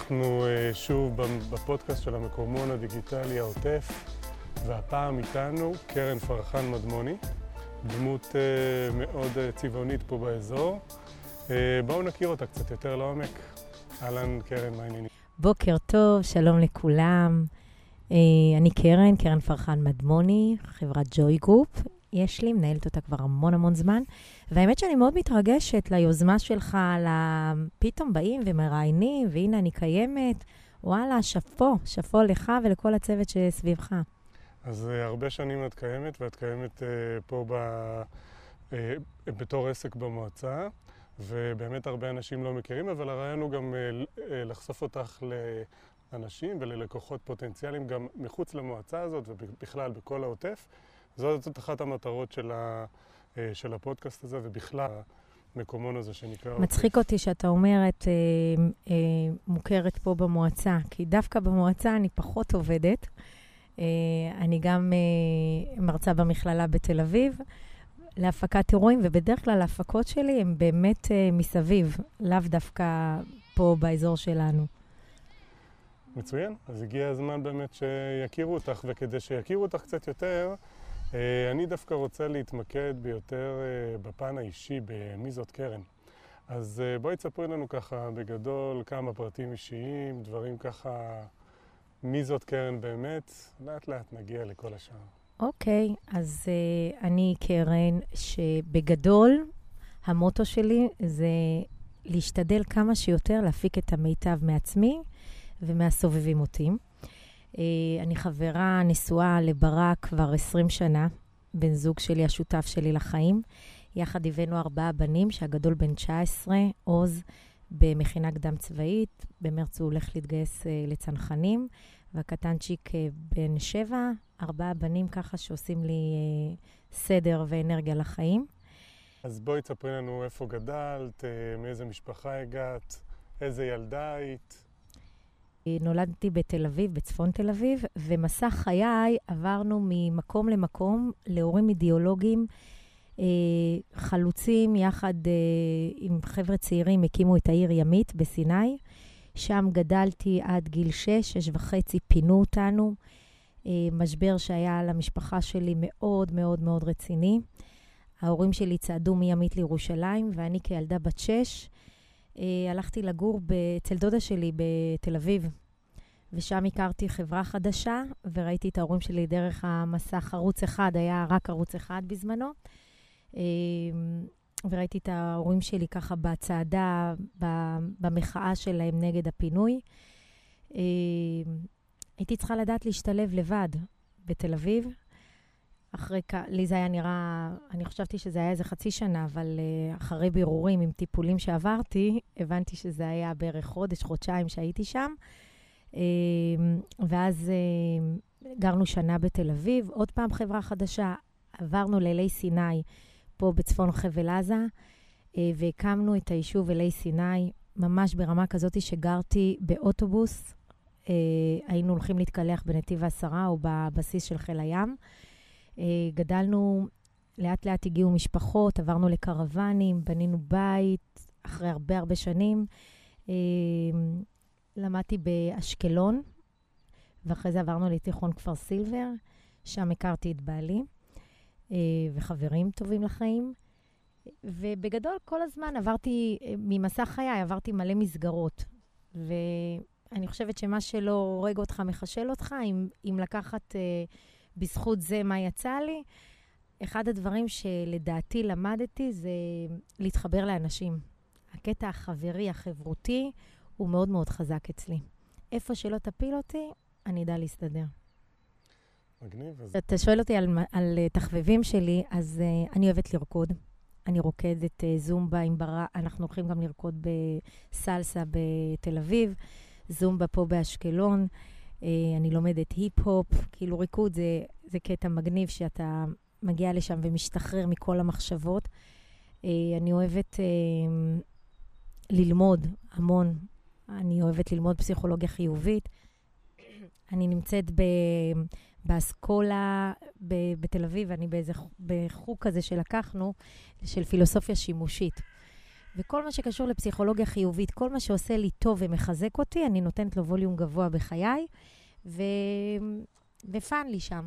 אנחנו שוב בפודקאסט של המקומון הדיגיטלי העוטף, והפעם איתנו קרן פרחן מדמוני, דמות מאוד צבעונית פה באזור. בואו נכיר אותה קצת יותר לעומק. אהלן קרן, מה העניינים? בוקר טוב, שלום לכולם. אני קרן פרחן מדמוני, חברת ג'וי גרופ. יש לי, מנהלת אותה כבר המון זמן, והאמת שאני מאוד מתרגשת ליוזמה שלך, פתאום באים ומראיינים, והנה אני קיימת. וואלה, שאפו לך ולכל הצוות שסביבך. אז הרבה שנים את קיימת, ואת קיימת פה בתור עסק במועצה, ובאמת הרבה אנשים לא מכירים, אבל הרעיון הוא גם לחשוף אותך לאנשים וללקוחות פוטנציאליים גם מחוץ למועצה הזאת, ובכלל בכל העוטף. זאת אחת המטרות של הפודקאסט הזה, ובכלל המקומון הזה שנקרא... מצחיק אותי שאתה אומרת מוכרת פה במועצה, כי דווקא במועצה אני פחות עובדת. אני גם מרצה במכללה בתל אביב, להפקת אירועים, ובדרך כלל ההפקות שלי הן באמת מסביב, לאו דווקא פה באזור שלנו. מצוין, אז הגיע הזמן באמת שיכירו אותך, וכדי שיכירו אותך קצת יותר, אני דווקא רוצה להתמקד ביותר בפן האישי, במי זאת קרן. אז בואי תספרי לנו ככה בגדול כמה פרטים אישיים, דברים ככה, מי זאת קרן באמת, לאט לאט נגיע לכל השאר. אוקיי, אז אני קרן שבגדול המוטו שלי זה להשתדל כמה שיותר להפיק את המיטב מעצמי ומהסובבים אותי. אני חברה נשואה לברק כבר 20 שנה, בן זוג שלי, השותף שלי לחיים. יחד הבאנו 4 בנים, שהגדול בן 19, עוז, במכינה קדם צבאית. במרץ הוא הולך להתגייס לצנחנים, והקטנצ'יק בן 7, 4 בנים ככה שעושים לי סדר ואנרגיה לחיים. אז בואי תספרי לנו איפה גדלת, מאיזה משפחה הגעת, איזה ילדה היית. נולדתי בתל אביב, בצפון תל אביב, ומסע חיי עברנו ממקום למקום להורים אידיאולוגיים חלוצים, יחד עם חבר'ה צעירים הקימו את העיר ימית בסיני. שם גדלתי עד גיל 6 וחצי פינו אותנו. משבר שהיה למשפחה שלי מאוד רציני. ההורים שלי צעדו מימית לירושלים, ואני כילדה בת 6, הלכתי לגור אצל דודה שלי בתל אביב, ושם הכרתי חברה חדשה, וראיתי את ההורים שלי דרך המסך ערוץ אחד, היה רק ערוץ אחד בזמנו, וראיתי את ההורים שלי ככה בצעדה, במחאה שלהם נגד הפינוי. הייתי צריכה לדעת להשתלב לבד בתל אביב, לי זה היה נראה, אני חשבתי שזה היה איזה חצי שנה, אבל אחרי בירורים עם טיפולים שעברתי, הבנתי שזה היה בערך חודשיים שהייתי שם. ואז גרנו שנה בתל אביב, עוד פעם חברה חדשה, עברנו לאלי סיני, פה בצפון חבל עזה, והקמנו את היישוב אלי סיני, ממש ברמה כזאת שגרתי באוטובוס, היינו הולכים להתקלח בנתיב 10 או בבסיס של חיל הים, גדלנו, לאט לאט הגיעו משפחות, עברנו לקרוונים, בנינו בית, אחרי הרבה שנים. למדתי באשקלון, ואחרי זה עברנו לתיכון כפר סילבר, שם הכרתי את בעלי, וחברים טובים לחיים. ובגדול כל הזמן עברתי, ממסע חיי, עברתי מלא מסגרות. ואני חושבת שמה שלא הורג אותך מחשל אותך, אם לקחת... בזכות זה מה יצא לי, אחד הדברים שלדעתי למדתי זה להתחבר לאנשים. הקטע החברי, החברותי, הוא מאוד חזק אצלי. איפה שלא תפיל אותי, אני אדע להסתדר. מגניב. אתה שואל אותי על תחביבים שלי, אז אני אוהבת לרקוד. אני רוקדת זומבה עם ברק, אנחנו הולכים גם לרקוד בסלסה בתל אביב, זומבה פה באשקלון. אני לומדת היפ-הופ, כאילו ריקוד זה קטע מגניב שאתה מגיע לשם ומשתחרר מכל המחשבות. אני אוהבת ללמוד המון. אני אוהבת ללמוד פסיכולוגיה חיובית. אני נמצאת באסכולה בתל אביב, אני בחוג כזה שלקחנו, של פילוסופיה שימושית. וכל מה שקשור לפסיכולוגיה חיובית, כל מה שעושה לי טוב ומחזק אותי, אני נותנת לו ווליום גבוה בחיי, ופן לי שם.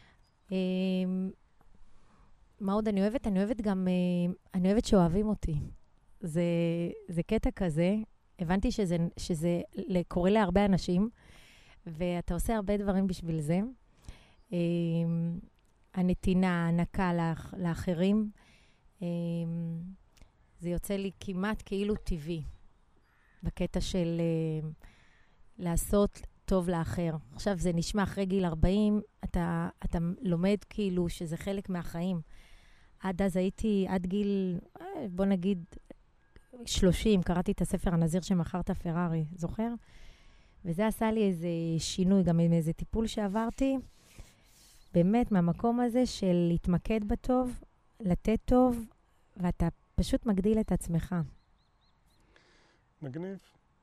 מה עוד אני אוהבת? אני אוהבת גם, אני אוהבת שאוהבים אותי. זה קטע כזה. הבנתי שזה קורה להרבה אנשים, ואתה עושה הרבה דברים בשביל זה. הנתינה, הענקה לאחרים, זה יוצא לי כמעט כאילו טבעי, בקטע של לעשות טוב לאחר. עכשיו זה נשמע אחרי גיל 40, אתה לומד כאילו שזה חלק מהחיים. עד אז הייתי, עד גיל, בוא נגיד, 30, קראתי את הספר הנזיר שמכרת פרארי, זוכר? וזה עשה לי איזה שינוי, גם עם איזה טיפול שעברתי, באמת מהמקום הזה של להתמקד בטוב, לתת טוב, ואתה פשוט מגדיל את עצמך. מגניב.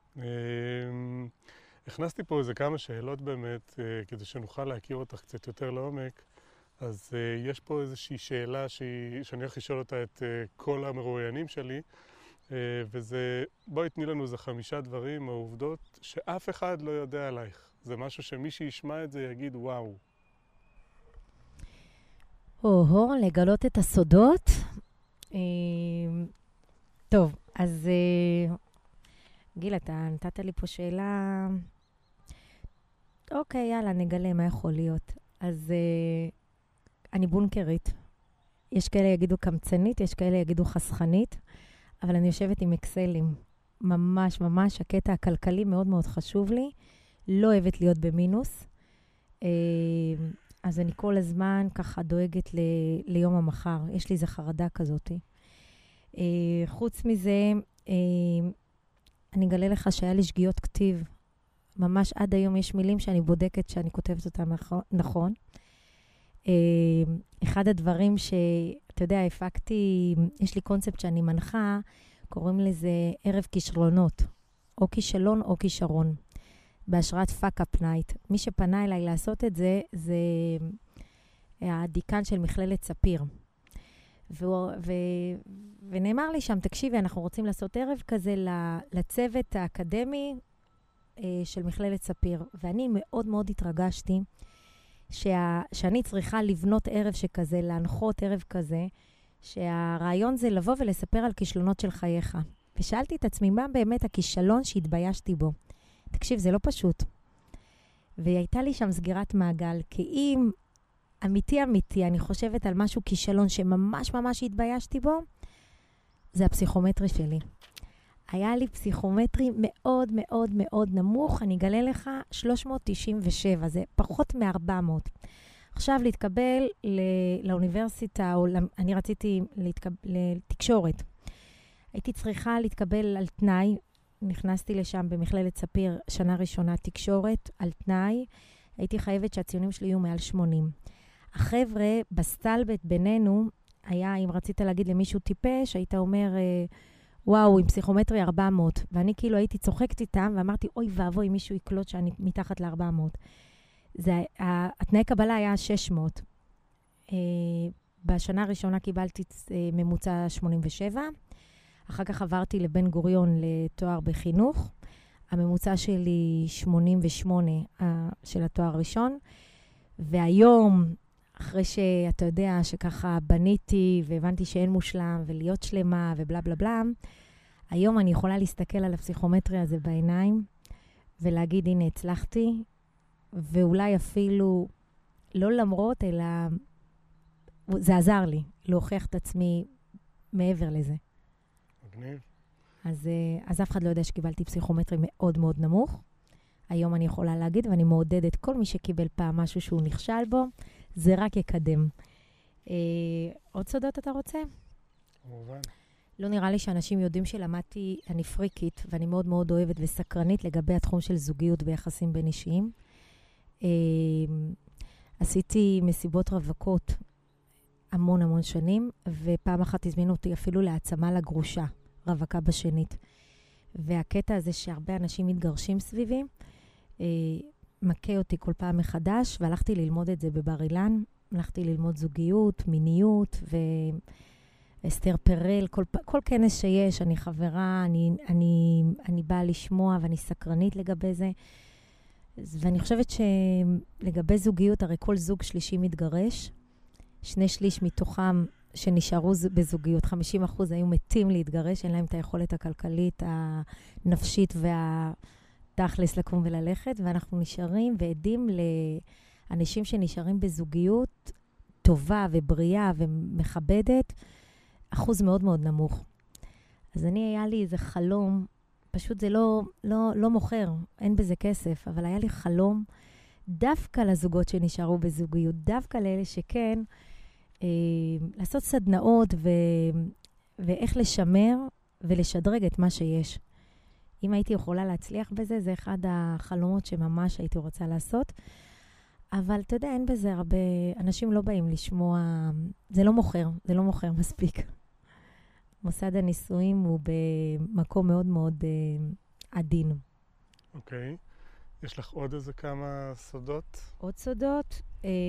הכנסתי פה איזה כמה שאלות באמת, כדי שנוכל להכיר אותך קצת יותר לעומק. אז יש פה איזושהי שאלה שאני הולך לשאול אותה את כל המרואיינים שלי, וזה, בואי תני לנו איזה 5 דברים או עובדות שאף אחד לא יודע עלייך. זה משהו שמי שישמע את זה יגיד וואו. לגלות את הסודות. טוב, אז גיל, אתה נתת לי פה שאלה. אוקיי, יאללה, נגלה מה יכול להיות. אז אני בונקרית. יש כאלה יגידו קמצנית, יש כאלה יגידו חסכנית, אבל אני יושבת עם אקסלים. ממש, ממש, הקטע הכלכלי מאוד מאוד חשוב לי. לא אוהבת להיות במינוס. אז אני כל הזמן ככה דואגת ליום המחר. יש לי איזו חרדה כזאת. חוץ מזה, אני אגלה לך שהיה לי שגיאות כתיב. ממש עד היום יש מילים שאני בודקת שאני כותבת אותם נכון. אחד הדברים שאתה יודע, הפקתי, יש לי קונספט שאני מנחה, קוראים לזה ערב כישרונות, או כישלון או כישרון, בהשראת פאק-אפ נייט. מי שפנה אליי לעשות את זה, זה הדיקן של מכללת ספיר. ונאמר לי שם, תקשיבי, אנחנו רוצים לעשות ערב כזה לצוות האקדמי של מכללת ספיר. ואני מאוד מאוד התרגשתי שאני צריכה לבנות ערב שכזה, להנחות ערב כזה, שהרעיון זה לבוא ולספר על כישלונות של חייך. ושאלתי את עצמי, מה באמת הכישלון שהתביישתי בו? תקשיב, זה לא פשוט. והייתה לי שם סגירת מעגל, כי אם אמיתי, אני חושבת על משהו כישלון שממש ממש התביישתי בו, זה הפסיכומטרי שלי. היה לי פסיכומטרי מאוד מאוד מאוד נמוך, אני אגלה לך 397, זה פחות מ-400. עכשיו להתקבל לאוניברסיטה, או אני רציתי לתקשורת. הייתי צריכה להתקבל על תנאי, נכנסתי לשם במכללת ספיר, שנה ראשונה תקשורת, על תנאי, הייתי חייבת שהציונים שלי יהיו מעל 80. החבר'ה בסטלבט בינינו, היה, אם רצית להגיד למישהו טיפש, היית אומר, וואו, עם פסיכומטרי 400. ואני כאילו הייתי צוחקת איתם, ואמרתי, אוי ואבוי, מישהו יקלוט שאני מתחת ל-400. התנאי קבלה היה 600. בשנה הראשונה קיבלתי ממוצע 87. אחר כך עברתי לבן גוריון לתואר בחינוך. הממוצע שלי 88 של התואר הראשון. והיום, אחרי שאתה יודע שככה בניתי והבנתי שאין מושלם ולהיות שלמה ובלה בלה בלה, היום אני יכולה להסתכל על הפסיכומטרי הזה בעיניים ולהגיד, הנה, הצלחתי, ואולי אפילו לא למרות, אלא זה עזר לי להוכיח את עצמי מעבר לזה. מגניב. אז אף אחד לא יודע שקיבלתי פסיכומטרי מאוד מאוד נמוך. היום אני יכולה להגיד, ואני מעודדת כל מי שקיבל פעם משהו שהוא נכשל בו, זה רק יקדם. עוד סודות אתה רוצה? כמובן. לא נראה לי שאנשים יודעים שלמדתי, אני פריקית, ואני מאוד מאוד אוהבת וסקרנית לגבי התחום של זוגיות ויחסים בין אישיים. עשיתי מסיבות רווקות המון המון שנים, ופעם אחת הזמינו אותי אפילו להעצמה לגרושה, רווקה בשנית. והקטע הזה שהרבה אנשים מתגרשים סביבי, מכה אותי כל פעם מחדש, והלכתי ללמוד את זה בבר אילן. הלכתי ללמוד זוגיות, מיניות, אסתר פרל, כל כנס שיש, אני חברה, אני באה לשמוע ואני סקרנית לגבי זה. ואני חושבת שלגבי זוגיות, הרי כל זוג שלישי מתגרש, 2/3 מתוכם שנשארו בזוגיות, 50% היו מתים להתגרש, אין להם את היכולת הכלכלית, הנפשית והתכלס לקום וללכת, ואנחנו נשארים ועדים לאנשים שנשארים בזוגיות טובה ובריאה ומכבדת, אחוז מאוד מאוד נמוך. אז היה לי איזה חלום, פשוט זה לא מוכר, אין בזה כסף, אבל היה לי חלום דווקא לזוגות שנשארו בזוגיות, דווקא לאלה שכן, לעשות סדנאות ואיך לשמר ולשדרג את מה שיש. אם הייתי יכולה להצליח בזה, זה אחד החלומות שממש הייתי רוצה לעשות. אבל אתה יודע, אין בזה הרבה, אנשים לא באים לשמוע, זה לא מוכר מספיק. מוסד הנישואים הוא במקום מאוד מאוד עדין. אוקיי. יש לך עוד איזה כמה סודות? עוד סודות?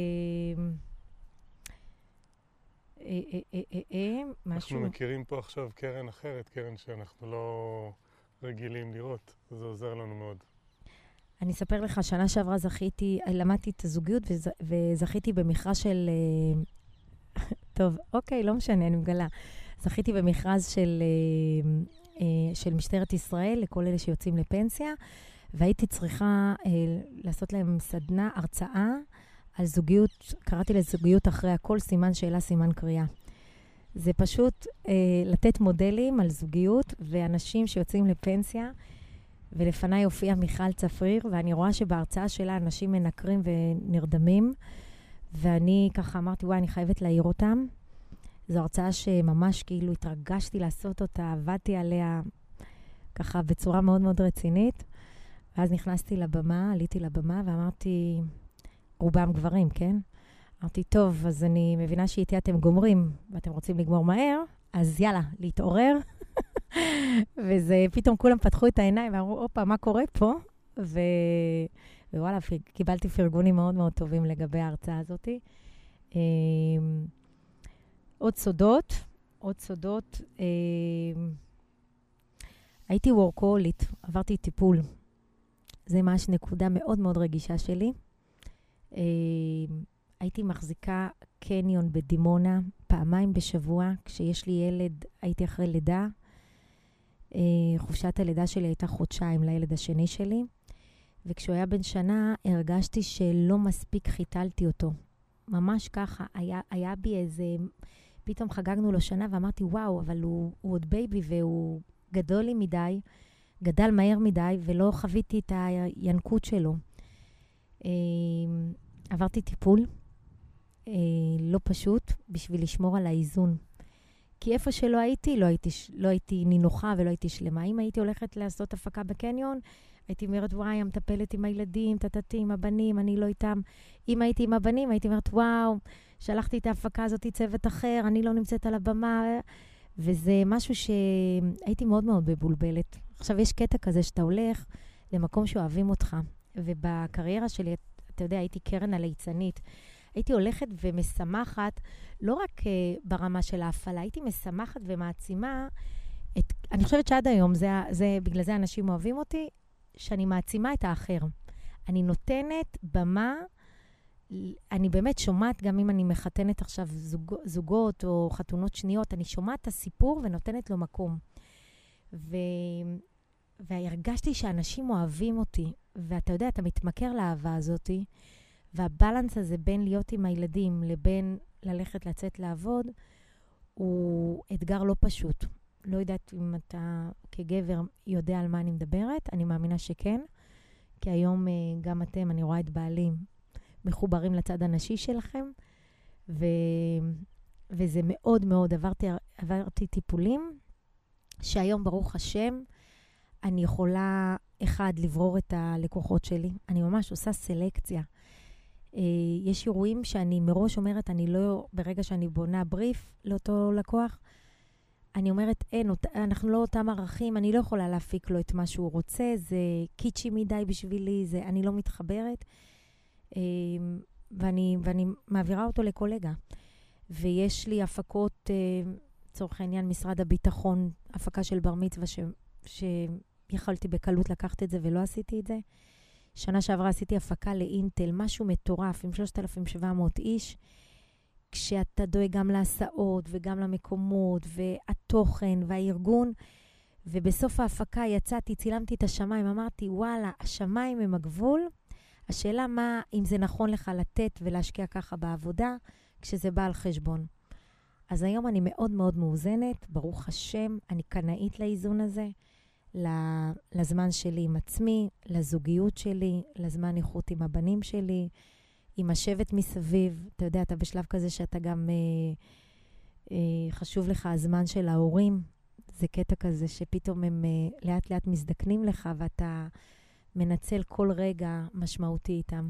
אנחנו מכירים פה עכשיו קרן אחרת, קרן שאנחנו לא רגילים לראות. זה עוזר לנו מאוד. אני אספר לך, שנה שעברה למדתי את הזוגיות וזכיתי במכרז של... טוב, אוקיי, לא משנה, אני מגלה. זכיתי במכרז של משטרת ישראל לכל אלה שיוצאים לפנסיה, והייתי צריכה לעשות להם סדנה, הרצאה, על זוגיות, קראתי לזוגיות אחרי הכל, סימן שאלה, סימן קריאה. זה פשוט לתת מודלים על זוגיות, ואנשים שיוצאים לפנסיה, ולפניי הופיע מיכל צפריר, ואני רואה שבהרצאה שלה אנשים מנקרים ונרדמים, ואני ככה אמרתי, וואי, אני חייבת להעיר אותם. זו הרצאה שממש כאילו התרגשתי לעשות אותה, עבדתי עליה ככה בצורה מאוד מאוד רצינית, ואז נכנסתי לבמה, עליתי לבמה ואמרתי, רובם גברים, כן? אמרתי, טוב, אז אני מבינה שאיתי אתם גומרים, ואתם רוצים לגמור מהר, אז יאללה, להתעורר. וזה, פתאום כולם פתחו את העיניים ואמרו, אופה, מה קורה פה? ווואלה, קיבלתי פרגונים מאוד מאוד טובים לגבי ההרצאה הזאת. עוד סודות. הייתי וורקהולית, עברתי טיפול. זה ממש נקודה מאוד מאוד רגישה שלי. הייתי מחזיקה קניון בדימונה, פעמיים בשבוע. כשיש לי ילד, הייתי אחרי לידה. חופשת הלידה שלי הייתה חודשיים לילד השני שלי. וכשהוא היה בן שנה, הרגשתי שלא מספיק חיתלתי אותו. ממש ככה, היה בי איזה... פתאום חגגנו לו שנה ואמרתי, וואו, אבל הוא עוד בייבי והוא גדול לי מדי, גדל מהר מדי, ולא חוויתי את הינקות שלו. עברתי טיפול, לא פשוט, בשביל לשמור על האיזון. כי איפה שלא הייתי, לא הייתי נינוחה ולא הייתי שלמה. אם הייתי הולכת לעשות הפקה בקניון, הייתי אומרת, וואי, המטפלת עם הילדים, תתתי עם הבנים, אני לא איתם. אם הייתי עם הבנים, הייתי אומרת, וואו, שלחתי את ההפקה הזאת צוות אחר, אני לא נמצאת על הבמה. וזה משהו שהייתי מאוד מאוד מבולבלת. עכשיו, יש קטע כזה שאתה הולך למקום שאוהבים אותך. ובקריירה שלי, אתה יודע, הייתי קרן הליצנית. הייתי הולכת ומשמחת, לא רק ברמה של ההפעלה, הייתי משמחת ומעצימה. אני חושבת שעד היום, בגלל זה אנשים אוהבים אותי, שאני מעצימה את האחר. אני נותנת במה, אני באמת שומעת, גם אם אני מחתנת עכשיו זוגות או חתונות שניות, אני שומעת את הסיפור ונותנת לו מקום. והרגשתי שאנשים אוהבים אותי, ואתה יודע, אתה מתמכר לאהבה הזאת, והבלנס הזה בין להיות עם הילדים לבין ללכת לצאת לעבוד, הוא אתגר לא פשוט. לא יודעת אם אתה כגבר יודע על מה אני מדברת, אני מאמינה שכן, כי היום גם אתם, אני רואה את בעלים, מחוברים לצד הנשי שלכם, וזה מאוד מאוד, עברתי טיפולים, שהיום ברוך השם, אני יכולה לברור את הלקוחות שלי. אני ממש עושה סלקציה. יש אירועים שאני מראש אומרת, אני לא, ברגע שאני בונה בריף לאותו לקוח, אני אומרת, אנחנו לא אותם ערכים, אני לא יכולה להפיק לו את מה שהוא רוצה, זה קיצ'י מדי בשבילי, אני לא מתחברת, ואני מעבירה אותו לקולגה. ויש לי הפקות, צורך העניין, משרד הביטחון, הפקה של בר מצווה, שיכולתי בקלות לקחת את זה ולא עשיתי את זה. שנה שעברה עשיתי הפקה לאינטל, משהו מטורף, עם 3,700 איש, כשאתה דואג גם להסעות וגם למקומות, והתוכן והארגון, ובסוף ההפקה יצאתי, צילמתי את השמיים, אמרתי, וואלה, השמיים הם הגבול, השאלה מה, אם זה נכון לך לתת ולהשקיע ככה בעבודה, כשזה בא על חשבון. אז היום אני מאוד מאוד מאוזנת, ברוך השם, אני קנאית לאיזון הזה, לזמן שלי עם עצמי, לזוגיות שלי, לזמן איכות עם הבנים שלי, עם השבט מסביב. אתה יודע, אתה בשלב כזה שאתה גם חשוב לך הזמן של ההורים. זה קטע כזה שפתאום הם לאט לאט מזדקנים לך, ואתה מנצל כל רגע משמעותי איתם.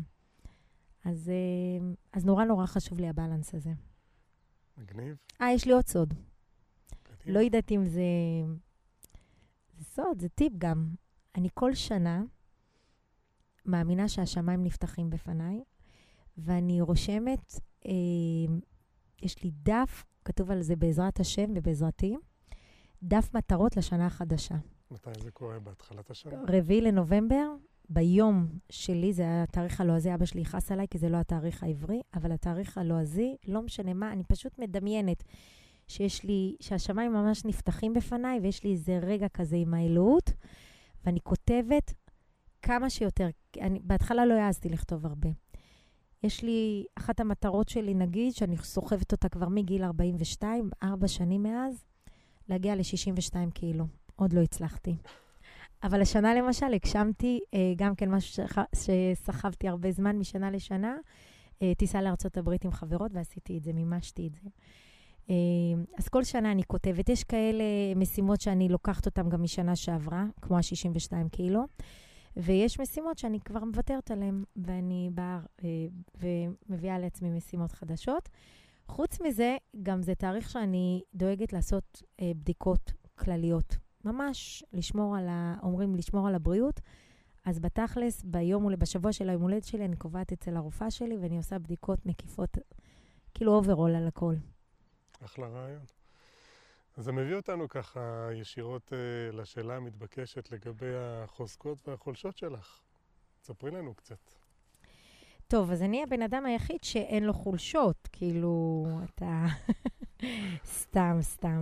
אז נורא נורא חשוב לי הבלנס הזה. מגניב. יש לי עוד סוד. קדימה. לא יודעת אם זה סוד, זה טיפ גם. אני כל שנה מאמינה שהשמיים נפתחים בפניי, ואני רושמת, יש לי דף, כתוב על זה בעזרת השם ובעזרתי, דף מטרות לשנה החדשה. מתי זה קורה? בהתחלת השנה? 4 לנובמבר, ביום שלי, זה התאריך הלועזי, אבא שלי יכעס עליי, כי זה לא התאריך העברי, אבל התאריך הלועזי, לא משנה מה, אני פשוט מדמיינת שהשמיים ממש נפתחים בפניי, ויש לי איזה רגע כזה עם האלוהות, ואני כותבת כמה שיותר, בהתחלה לא העזתי לכתוב הרבה. יש לי, אחת המטרות שלי, נגיד, שאני סוחבת אותה כבר מגיל 42, 4 שנים מאז, להגיע ל-62 קילו. עוד לא הצלחתי. אבל השנה למשל, הגשמתי גם כן משהו שסחבתי הרבה זמן משנה לשנה, טיסה לארצות הברית עם חברות, ועשיתי את זה, מימשתי את זה. אז כל שנה אני כותבת, יש כאלה משימות שאני לוקחת אותן גם משנה שעברה, כמו ה-62 קילו, ויש משימות שאני כבר מוותרת עליהן, ואני באה ומביאה לעצמי משימות חדשות. חוץ מזה, גם זה תאריך שאני דואגת לעשות בדיקות כלליות. ממש אומרים לשמור על הבריאות, אז בתכלס, בשבוע של היום הולדת שלי, אני קובעת אצל הרופאה שלי, ואני עושה בדיקות מקיפות, כאילו אוברול על הכל. אחלה רעיון. אז זה מביא אותנו ככה ישירות לשאלה המתבקשת לגבי החוזקות והחולשות שלך. תספרי לנו קצת. טוב, אז אני הבן אדם היחיד שאין לו חולשות, כאילו, אתה... סתם.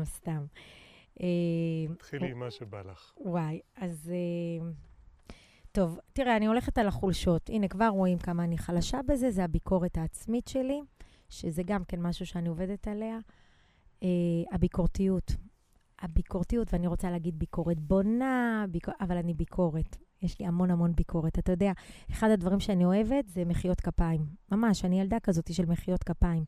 תתחילי עם מה שבא לך. וואי, אז... טוב, תראה, אני הולכת על החולשות. הנה, כבר רואים כמה אני חלשה בזה, זה הביקורת העצמית שלי, שזה גם כן משהו שאני עובדת עליה. הביקורתיות, ואני רוצה להגיד ביקורת בונה, אבל אני ביקורת. יש לי המון ביקורת. אתה יודע, אחד הדברים שאני אוהבת זה מחיאות כפיים. ממש, אני ילדה כזאת של מחיאות כפיים.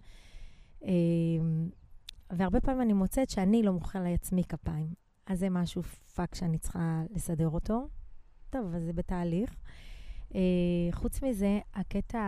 והרבה פעמים אני מוצאת שאני לא מוכן לעצמי כפיים. אז זה משהו פאק שאני צריכה לסדר אותו. טוב, אז זה בתהליך. חוץ מזה, הקטע...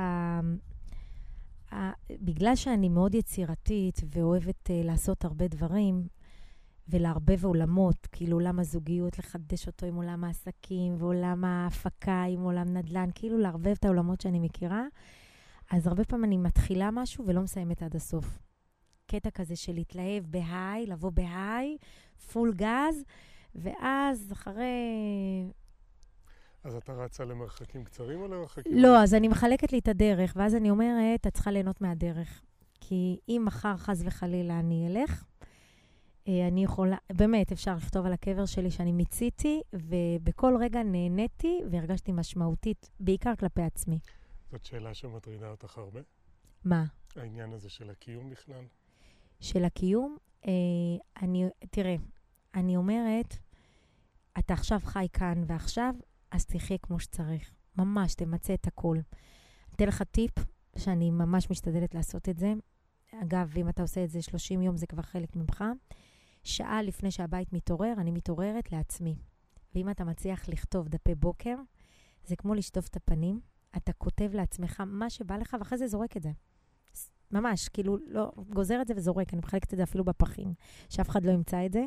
בגלל שאני מאוד יצירתית ואוהבת לעשות הרבה דברים, ולהרבב עולמות, כאילו עולם הזוגיות, לחדש אותו עם עולם העסקים, ועולם ההפקה עם עולם נדל"ן, כאילו להרבב את העולמות שאני מכירה, אז הרבה פעמים אני מתחילה משהו ולא מסיימת עד הסוף. קטע כזה של להתלהב בהיי, לבוא בהיי, פול גז, ואז אחרי... אז אתה רצה למרחקים קצרים או למרחקים? לא, אז אני מחלקת לי את הדרך, ואז אני אומרת, את צריכה ליהנות מהדרך. כי אם מחר חס וחלילה אני אלך, אני יכולה, באמת אפשר לכתוב על הקבר שלי שאני מיציתי, ובכל רגע נהניתי והרגשתי משמעותית, בעיקר כלפי עצמי. זאת שאלה שמטרידה אותך הרבה? מה? העניין הזה של הקיום בכלל? של הקיום? תראה, אני אומרת, אתה עכשיו חי כאן ועכשיו, אז תחיה כמו שצריך. ממש, תמצא את הכל. אתן לך טיפ שאני ממש משתדלת לעשות את זה. אגב, אם אתה עושה את זה 30 יום, זה כבר חלק ממך. שעה לפני שהבית מתעורר, אני מתעוררת לעצמי. ואם אתה מצליח לכתוב דפי בוקר, זה כמו לשטוף את הפנים. אתה כותב לעצמך מה שבא לך, ואחרי זה זורק את זה. ממש, כאילו, לא, גוזר את זה וזורק. אני מחלקת את זה אפילו בפחים, שאף אחד לא ימצא את זה.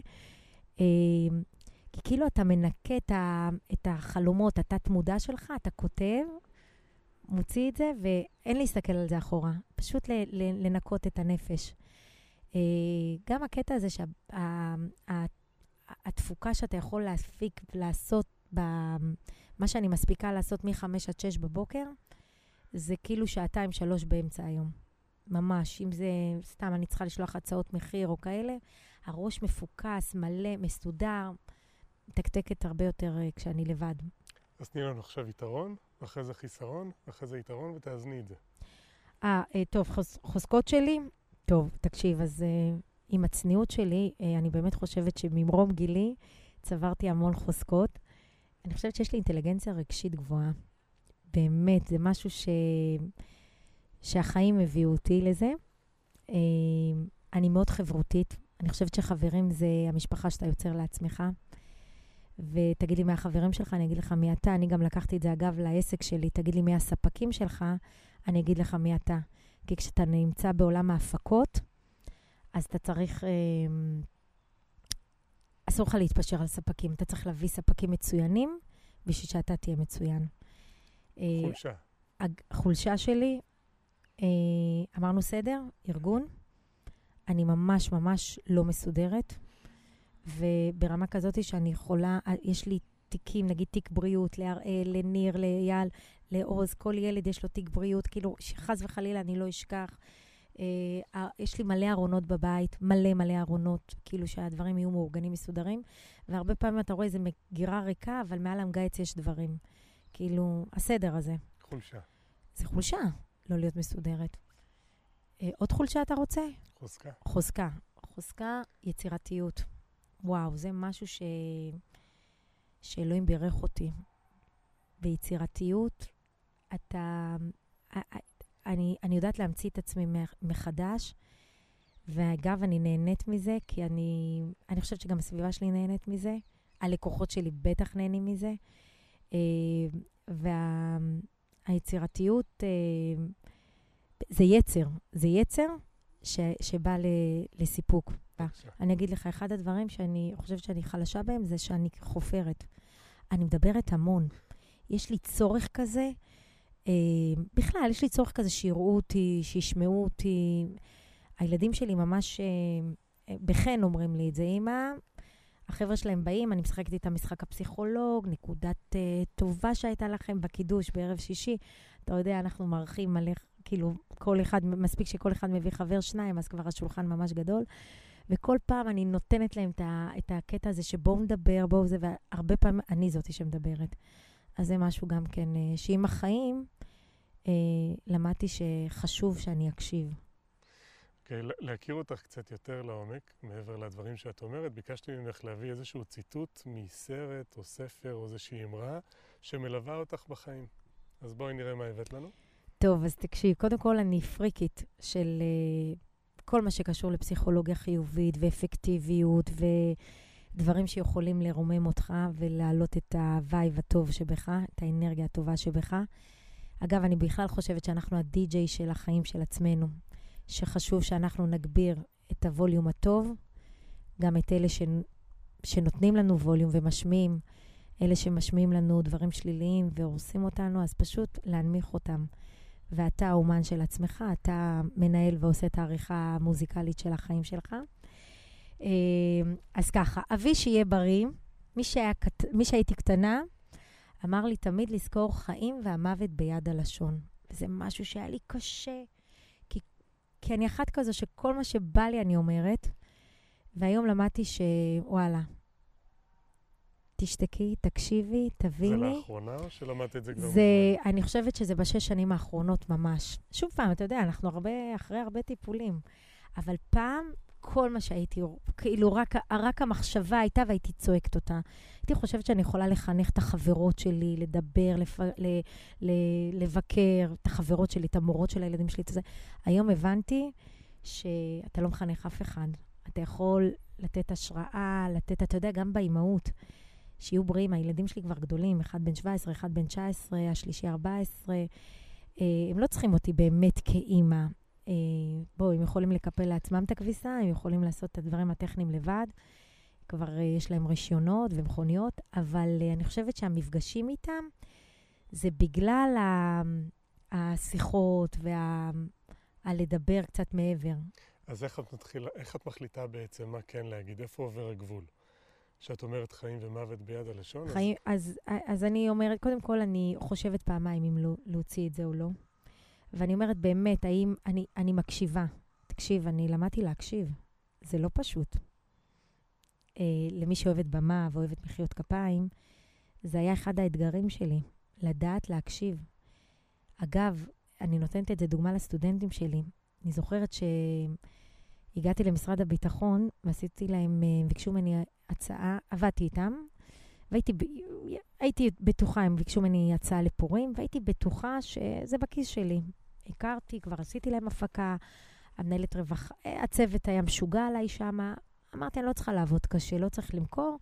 כי כאילו אתה מנקה את החלומות, התת מודע שלך, אתה כותב, מוציא את זה, ואין להסתכל על זה אחורה. פשוט לנקות את הנפש. גם הקטע הזה שהתפוקה שאתה יכול להפיק ולעשות, מה שאני מספיקה לעשות מ-5 עד 6 בבוקר, זה כאילו 2-3 באמצע היום. ממש, אם זה סתם אני צריכה לשלוח הצעות מחיר או כאלה, הראש מפוקס, מלא, מסודר, מתקתקת הרבה יותר כשאני לבד. אז תני לנו עכשיו יתרון, ואחרי זה חיסרון, ואחרי זה יתרון, ותאזני את זה. טוב, חוזקות שלי? טוב, תקשיב, אז עם הצניעות שלי, אני באמת חושבת שממרום גילי צברתי המון חוזקות. אני חושבת שיש לי אינטליגנציה רגשית גבוהה. באמת, זה משהו שהחיים הביאו אותי לזה. אני מאוד חברותית. אני חושבת שחברים זה המשפחה שאתה יוצר לעצמך. ותגיד לי מי החברים שלך, אני אגיד לך מי אתה. אני גם לקחתי את זה אגב לעסק שלי. תגיד לי מי הספקים שלך, אני אגיד לך מי אתה. כי כשאתה נמצא בעולם ההפקות, אז אתה צריך, אסור לך להתפשר על ספקים. אתה צריך להביא ספקים מצוינים, בשביל שאתה תהיה מצוין. חולשה. החולשה שלי, אמרנו סדר, ארגון. אני ממש ממש לא מסודרת. וברמה כזאת שאני יכולה, יש לי תיקים, נגיד תיק בריאות, להראל, לניר, לאייל, לעוז, כל ילד יש לו תיק בריאות, כאילו שחס וחלילה אני לא אשכח. יש לי מלא ארונות בבית, מלא ארונות, כאילו שהדברים יהיו מאורגנים, מסודרים, והרבה פעמים אתה רואה איזה מגירה ריקה, אבל מעל המגייץ יש דברים. כאילו, הסדר הזה. חולשה. זה חולשה, לא להיות מסודרת. עוד חולשה אתה רוצה? חוזקה. חוזקה, יצירתיות. וואו, זה משהו שאלוהים בירך אותי. ביצירתיות, אני יודעת להמציא את עצמי מחדש, ואגב, אני נהנית מזה, כי אני חושבת שגם הסביבה שלי נהנית מזה, הלקוחות שלי בטח נהנים מזה, והיצירתיות, זה יצר שבא לסיפוק. אני אגיד לך, אחד הדברים שאני חושבת שאני חלשה בהם, זה שאני חופרת. אני מדברת המון. יש לי צורך כזה, בכלל, יש לי צורך כזה שיראו אותי, שישמעו אותי. הילדים שלי ממש בכן אומרים לי את זה. אמא, החבר'ה שלהם באים, אני משחקת איתם משחק הפסיכולוג, נקודת טובה שהייתה לכם בקידוש בערב שישי. אתה יודע, אנחנו מערכים מלא, כאילו, כל אחד, מספיק שכל אחד מביא חבר 2, אז כבר השולחן ממש גדול. וכל פעם אני נותנת להם את הקטע הזה שבואו נדבר, בואו זה, והרבה פעמים אני זאתי שמדברת. אז זה משהו גם כן, שעם החיים למדתי שחשוב שאני אקשיב. אוקיי, להכיר אותך קצת יותר לעומק, מעבר לדברים שאת אומרת, ביקשתי ממך להביא איזשהו ציטוט מסרט או ספר או איזושהי אמרה שמלווה אותך בחיים. אז בואי נראה מה הבאת לנו. טוב, אז תקשיב, קודם כל אני פריקית של כל מה שקשור לפסיכולוגיה חיובית ואפקטיביות ודברים שיכולים לרומם אותך ולהעלות את הווייב הטוב שבך, את האנרגיה הטובה שבך. אגב, אני בכלל חושבת שאנחנו הדי-ג'יי של החיים של עצמנו, שחשוב שאנחנו נגביר את הווליום הטוב, גם את אלה שנותנים לנו ווליום ומשמיעים, אלה שמשמיעים לנו דברים שליליים והורסים אותנו, אז פשוט להנמיך אותם. ואתה האומן של עצמך, אתה מנהל ועושה את העריכה המוזיקלית של החיים שלך. אז ככה, אבי שיהיה בריא, מי שהייתי קטנה, אמר לי תמיד לזכור חיים והמוות ביד הלשון. וזה משהו שהיה לי קשה, כי אני אחת כזו שכל מה שבא לי אני אומרת, והיום למדתי שוואלה, תשתקי, תקשיבי, תביני. זה לאחרונה או שלמדת את זה כבר? אני חושבת שזה ב6 שנים האחרונות ממש. שוב פעם, אתה יודע, אנחנו אחרי הרבה טיפולים. אבל פעם, כל מה שהייתי, כאילו רק המחשבה הייתה והייתי צועקת אותה. הייתי חושבת שאני יכולה לחנך את החברות שלי, לדבר, לבקר, את החברות שלי, את המורות של הילדים שלי. היום הבנתי שאתה לא מחנך אף אחד. אתה יכול לתת השראה, אתה יודע, גם באימהות. שיהיו בריאים, הילדים שלי כבר גדולים, אחד בן 17, אחד בן 19, השלישי 14. הם לא צריכים אותי באמת כאימא. בואו, הם יכולים לקפל לעצמם את הכביסה, הם יכולים לעשות את הדברים הטכניים לבד. כבר יש להם רישיונות ומכוניות, אבל אני חושבת שהמפגשים איתם, זה בגלל השיחות והלדבר קצת מעבר. אז איך את מחליטה בעצם מה כן להגיד? איפה עובר הגבול? שאת אומרת חיים ומוות ביד הלשון? חיים, אז אני אומרת, קודם כל אני חושבת פעמיים אם להוציא את זה או לא. ואני אומרת באמת, האם אני מקשיבה. תקשיב, אני למדתי להקשיב. זה לא פשוט. למי שאוהבת במה ואוהבת מחיאות כפיים, זה היה אחד האתגרים שלי, לדעת להקשיב. אגב, אני נותנת את זה דוגמה לסטודנטים שלי. אני זוכרת שהגעתי למשרד הביטחון, ועשיתי להם, ביקשו ממני הצעה, עבדתי איתם, והייתי בטוחה, הם ביקשו ממני הצעה לפורים, והייתי בטוחה שזה בכיס שלי. הכרתי, כבר עשיתי להם הפקה, המנהלת רווחה, הצוות היה משוגע עליי שמה, אמרתי, אני לא צריכה לעבוד קשה, לא צריך למכור,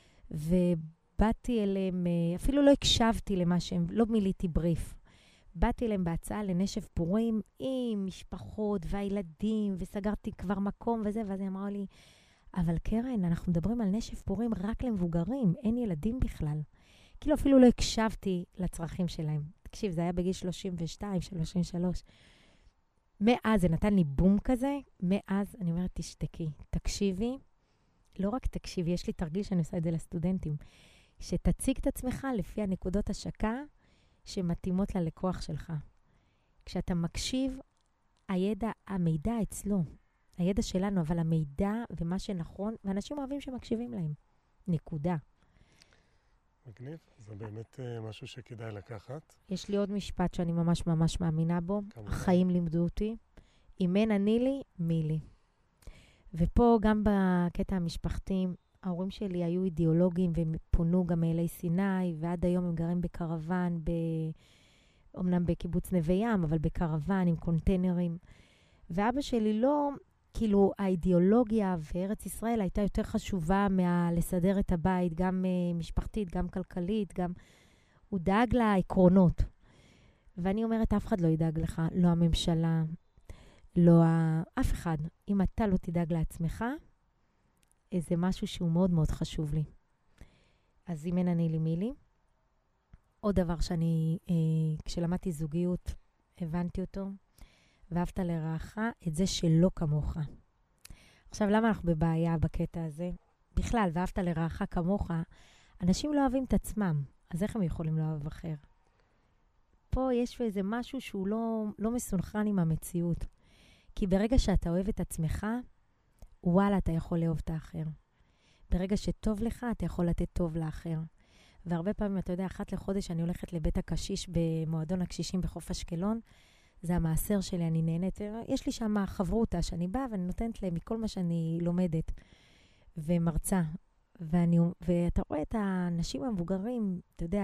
ובאתי אליהם, אפילו לא הקשבתי למה שהם, לא מיליתי בריף. באתי אליהם בהצעה לנשף פורים עם משפחות והילדים, וסגרתי כבר מקום וזה, ואז היא אמרה לי, אבל קרן, אנחנו מדברים על נשף פורים רק למבוגרים, אין ילדים בכלל. כאילו אפילו לא הקשבתי לצרכים שלהם. תקשיב, זה היה בגיל 32, 33. מאז, זה נתן לי בום כזה, מאז אני אומרת, תשתקי, תקשיבי, לא רק תקשיבי, יש לי תרגיל שאני עושה את זה לסטודנטים, שתציג את עצמך לפי הנקודות השקה שמתאימות ללקוח שלך. כשאתה מקשיב, המידע אצלו, הידע שלנו, אבל המידע ומה שנכון, ואנשים אוהבים שמקשיבים להם. נקודה. מגניב, זה באמת משהו שכדאי לקחת. יש לי עוד משפט שאני ממש ממש מאמינה בו. כמובן. החיים לימדו אותי. אם אין אני לי, מי לי. ופה גם בקטע המשפחתי, ההורים שלי היו אידיאולוגיים והם פונו גם מאלי סיני, ועד היום הם גרים בקרוון, אמנם בקיבוץ נווה ים, אבל בקרוון עם קונטיינרים. ואבא שלי לא, כאילו האידיאולוגיה וארץ ישראל הייתה יותר חשובה לסדר את הבית, גם משפחתית, גם כלכלית, גם הוא דאג לעקרונות. ואני אומרת, אף אחד לא ידאג לך, לא הממשלה, לא אף אחד. אם אתה לא תדאג לעצמך, זה משהו שהוא מאוד מאוד חשוב לי. אז אם אין אני לי מי לי. עוד דבר שאני, כשלמדתי זוגיות, הבנתי אותו, ואהבת לרעך, את זה שלא כמוך. עכשיו, למה אנחנו בבעיה בקטע הזה? בכלל, ואהבת לרעך כמוך, אנשים לא אוהבים את עצמם, אז איך הם יכולים לאהוב אחר? פה יש איזה משהו שהוא לא מסונכרן עם המציאות. כי ברגע שאתה אוהב את עצמך, וואלה, אתה יכול לאהוב את האחר. ברגע שטוב לך, אתה יכול לתת טוב לאחר. והרבה פעמים, אתה יודע, אחת לחודש אני הולכת לבית הקשיש במועדון הקשישים בחוף אשקלון, זה המעשר שלי, אני נהנית. יש לי שם חברותה שאני באה ואני נותנת להם מכל מה שאני לומדת ומרצה. ואתה רואה את האנשים המבוגרים, אתה יודע,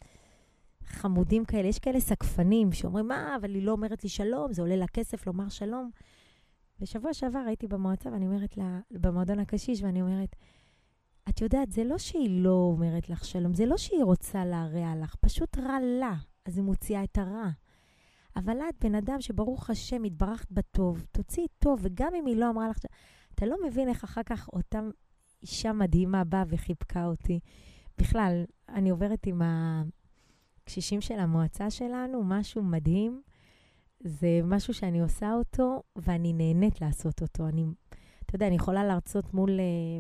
חמודים כאלה, יש כאלה סקפנים שאומרים, מה, אבל היא לא אומרת לי שלום, זה עולה לה כסף לומר שלום. בשבוע שעבר הייתי במועצה ואני אומרת לה, במועדון הקשיש, ואני אומרת, את יודעת, זה לא שהיא לא אומרת לך שלום, זה לא שהיא רוצה להרע לך, פשוט רע לה, אז היא מוציאה את הרע. אבל את בן אדם שברוך השם התברכת בטוב, תוציאי טוב, וגם אם היא לא אמרה לך, אתה לא מבין איך אחר כך אותה אישה מדהימה באה וחיבקה אותי. בכלל, אני עוברת עם הקשישים של המועצה שלנו, משהו מדהים, זה משהו שאני עושה אותו, ואני נהנית לעשות אותו. אתה יודע, אני יכולה להרצות מול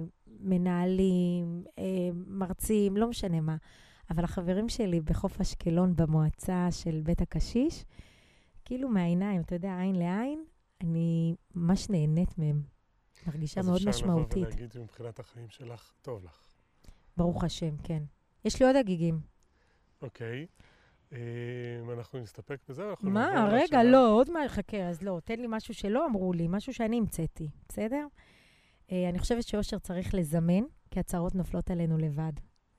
מנהלים, מרצים, לא משנה מה, אבל החברים שלי בחוף אשקלון במועצה של בית הקשיש, כאילו מהעיניים, אתה יודע, עין לעין, אני ממש נהנית מהם. מרגישה מאוד משמעותית. אז אפשר לבוא ולהגיד מבחינת החיים שלך, טוב לך. ברוך השם, כן. יש לי עוד הגיגים. אוקיי. אנחנו נסתפק בזה? מה? רגע, לא, עוד מה, חכה, אז לא. תן לי משהו שלא אמרו לי, משהו שאני המצאתי, בסדר? אני חושבת שאושר צריך לזמן, כי הצרות נופלות עלינו לבד.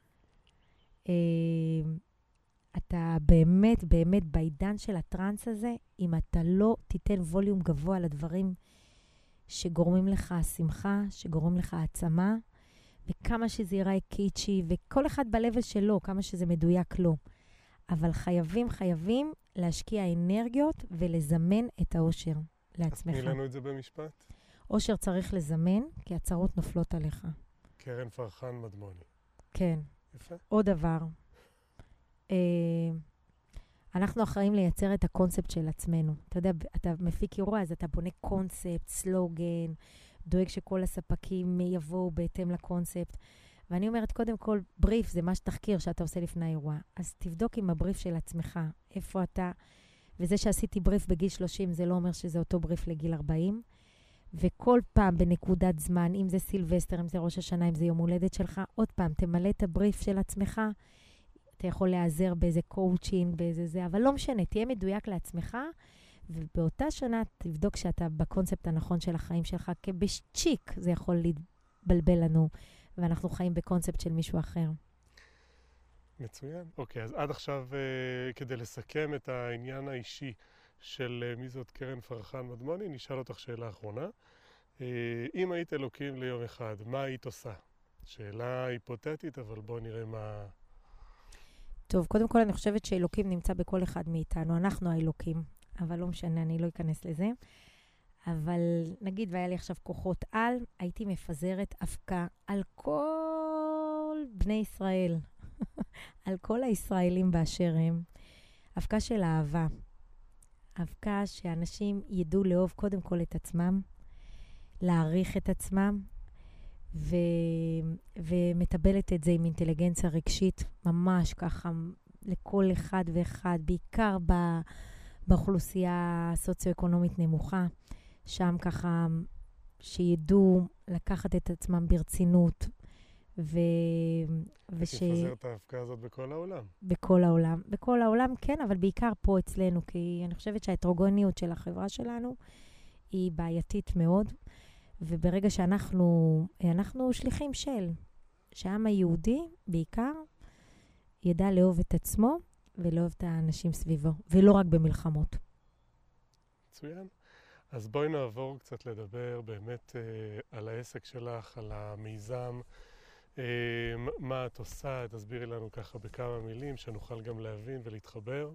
אתה באמת, באמת בעידן של הטרנס הזה, אם אתה לא תיתן ווליום גבוה לדברים שגורמים לך שמחה, שגורמים לך העצמה, וכמה שזה ייראה קיצ'י, וכל אחד בלבל שלו, כמה שזה מדויק לו. אבל חייבים להשקיע אנרגיות ולזמן את האושר לעצמך. תני לנו את זה במשפט. אושר צריך לזמן, כי הצרות נופלות עליך. קרן פרחן מדמוני. כן. יפה. עוד דבר. אנחנו אחראים לייצר את הקונספט של עצמנו. אתה יודע, אתה מפיק אירוע, אז אתה בונה קונספט, סלוגן, דואג שכל הספקים יבואו בהתאם לקונספט. ואני אומרת, קודם כל, בריף זה מה שתחקיר שאתה עושה לפני האירוע. אז תבדוק עם הבריף של עצמך, איפה אתה, וזה שעשיתי בריף בגיל 30, זה לא אומר שזה אותו בריף לגיל 40. וכל פעם בנקודת זמן, אם זה סילבסטר, אם זה ראש השנה, אם זה יום הולדת שלך, עוד פעם, תמלא את הבריף של עצמך, אתה יכול להיעזר באיזה קואוצ'ינג, באיזה זה, אבל לא משנה, תהיה מדויק לעצמך, ובאותה שנה תבדוק שאתה בקונספט הנכון של החיים שלך, כי בשצ'יק זה יכול להתבלבל לנו, ואנחנו חיים בקונספט של מישהו אחר. מצוין. אוקיי, אז עד עכשיו, כדי לסכם את העניין האישי של מי זאת קרן פרחן מדמוני, נשאל אותך שאלה אחרונה. אם היית אלוקים ליום אחד, מה היית עושה? שאלה היפותטית, אבל בואו נראה מה... טוב, קודם כל אני חושבת שאלוקים נמצא בכל אחד מאיתנו. אנחנו האלוקים, אבל לא משנה, אני לא אכנס לזה. אבל נגיד, והיה לי עכשיו כוחות על, הייתי מפזרת אבקה על כל בני ישראל, על כל הישראלים באשר הם. אבקה של אהבה. אבקה שאנשים ידעו לאהוב קודם כל את עצמם, להעריך את עצמם, ומטבלת את זה עם אינטליגנציה רגשית, ממש ככה לכל אחד ואחד, בעיקר באוכלוסייה סוציו-אקונומית נמוכה, שם ככה שידעו לקחת את עצמם ברצינות, תפזר את ההפקה הזאת בכל העולם. בכל העולם. בכל העולם, כן, אבל בעיקר פה אצלנו, כי אני חושבת שההטרוגוניות של החברה שלנו היא בעייתית מאוד, וברגע אנחנו שליחים שהעם היהודי בעיקר ידע לאהוב את עצמו ולאהוב את האנשים סביבו, ולא רק במלחמות. מצוין. אז בואי נעבור קצת לדבר באמת על העסק שלך, על המיזם, מה את עושה, תסבירי לנו ככה בכמה מילים, שנוכל גם להבין ולהתחבר.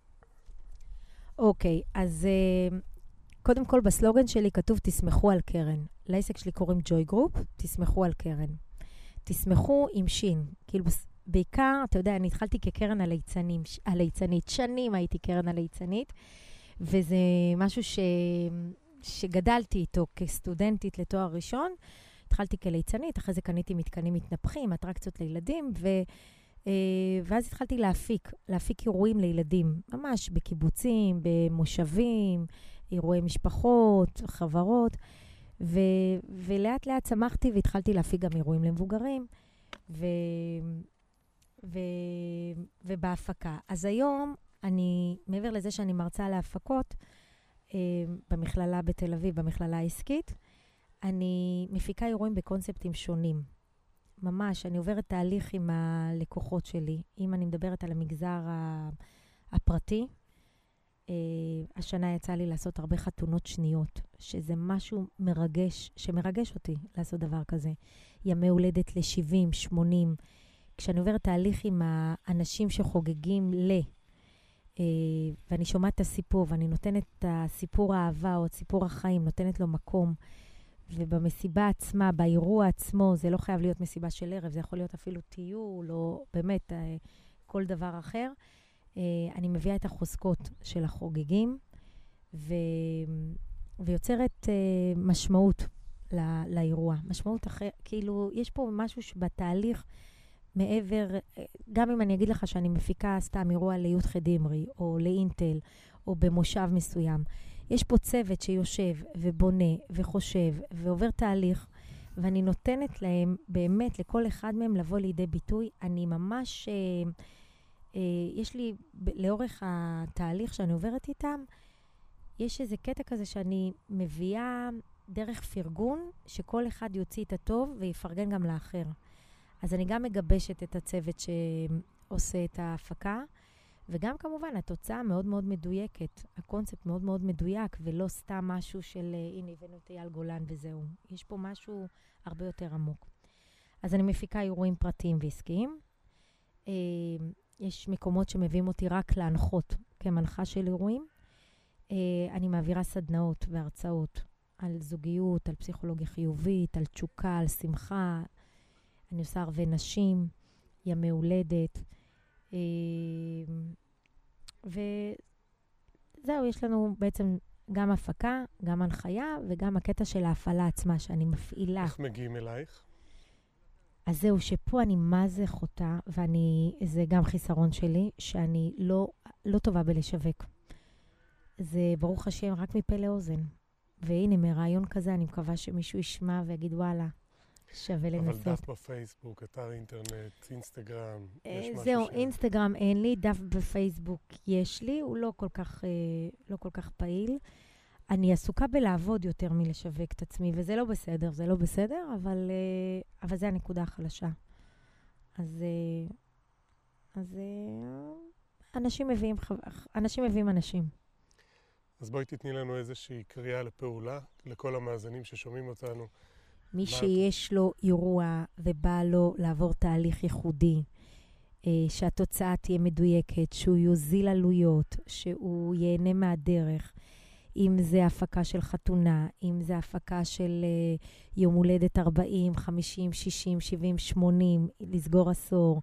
אוקיי, אז קודם כל בסלוגן שלי כתוב תסמכו על קרן. לעסק שלי קוראים ג'וי גרופ, תסמכו על קרן. תסמכו עם שין. כאילו בעיקר, אתה יודע, אני התחלתי כקרן הליצנית. שנים הייתי קרן הליצנית, וזה משהו שגדלתי איתו כסטודנטית לתואר ראשון. התחלתי כליצנית, אחרי זה קניתי מתקנים מתנפחים, אטרקציות לילדים, ואז התחלתי להפיק אירועים לילדים, ממש בקיבוצים, במושבים, אירועי משפחות, חברות, ולאט לאט צמחתי והתחלתי להפיק גם אירועים למבוגרים, ובהפקה. אז היום, מעבר לזה שאני מרצה להפקות, במכללה בתל אביב, במכללה העסקית, אני מפיקה אירועים בקונספטים שונים. ממש, אני עוברת תהליך עם הלקוחות שלי. אם אני מדברת על המגזר הפרטי, השנה יצא לי לעשות הרבה חתונות שניות, שזה משהו מרגש, שמרגש אותי לעשות דבר כזה. ימי הולדת ל-70, 80. כשאני עוברת תהליך עם האנשים שחוגגים ואני שומעת את הסיפור, ואני נותנת את הסיפור האהבה או את סיפור החיים, נותנת לו מקום, ובמסיבה עצמה, באירוע עצמו, זה לא חייב להיות מסיבה של ערב, זה יכול להיות אפילו טיול, או באמת כל דבר אחר. אני מביאה את החוזקות של החוגגים, ויוצרת משמעות לאירוע. משמעות אחר, כאילו, יש פה משהו שבתהליך מעבר, גם אם אני אגיד לך שאני מפיקה סתם אירוע לי"ח דמרי, או לאינטל, או במושב מסוים, יש פה צוות שיושב ובונה וחושב ועובר תהליך, ואני נותנת להם, באמת, לכל אחד מהם לבוא לידי ביטוי. אני ממש, יש לי, לאורך התהליך שאני עוברת איתם, יש איזה קטע כזה שאני מביאה דרך פרגון, שכל אחד יוציא את הטוב ויפרגן גם לאחר. אז אני גם מגבשת את הצוות שעושה את ההפקה, וגם כמובן התוצאה מאוד מאוד מדויקת, הקונספט מאוד מאוד מדויק, ולא סתם משהו של הנה הבאנו את אייל גולן וזהו. יש פה משהו הרבה יותר עמוק. אז אני מפיקה אירועים פרטיים ועסקיים. יש מקומות שמביאים אותי רק להנחות כמנחה של אירועים. אני מעבירה סדנאות והרצאות על זוגיות, על פסיכולוגיה חיובית, על תשוקה, על שמחה. אני עושה הרבה נשים, ימי הולדת. וזהו, יש לנו בעצם גם הפקה, גם הנחיה, וגם הקטע של ההפעלה עצמה שאני מפעילה. איך מגיעים אלייך? אז זהו, שפה אני מה זה חוטא, זה גם חיסרון שלי, שאני לא טובה בלשווק. זה ברוך השם רק מפה לאוזן. והנה, מרעיון כזה, אני מקווה שמישהו ישמע ויגיד, וואלה, שווה לנסות. אבל דף בפייסבוק, אתר אינטרנט, אינסטגרם, יש משהו זהו, אינסטגרם אין לי, דף בפייסבוק יש לי, הוא לא כל כך פעיל. אני עסוקה בלעבוד יותר מלשווק את עצמי, וזה לא בסדר, אבל זה הנקודה החלשה. אז אנשים מביאים אנשים. אז בואי תתני לנו איזושהי קריאה לפעולה, לכל המאזינים ששומעים אותנו. מי שיש לו אירוע ובא לו לעבור תהליך ייחודי, שהתוצאה תהיה מדויקת, שהוא יוזיל עלויות, שהוא ייהנה מהדרך, אם זה הפקה של חתונה, אם זה הפקה של יום הולדת 40, 50, 60, 70, 80, לסגור עשור,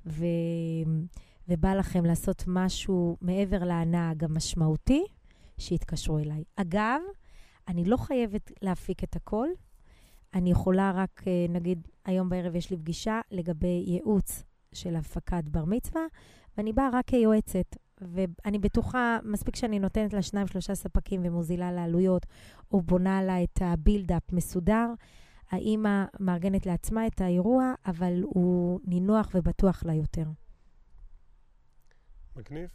ובא לכם לעשות משהו מעבר להנאה גם משמעותי, שיתקשרו אליי. אגב, אני לא חייבת להפיק את הכל, אני יכולה רק, נגיד, היום בערב יש לי פגישה לגבי ייעוץ של הפקת בר מצווה, ואני באה רק כיועצת, ואני בטוחה, מספיק שאני נותנת לה 2-3 ספקים ומוזילה לעלויות, או בונה לה את הבילדאפ מסודר, האמא מארגנת לעצמה את האירוע, אבל הוא נינוח ובטוח לה יותר. מגניב.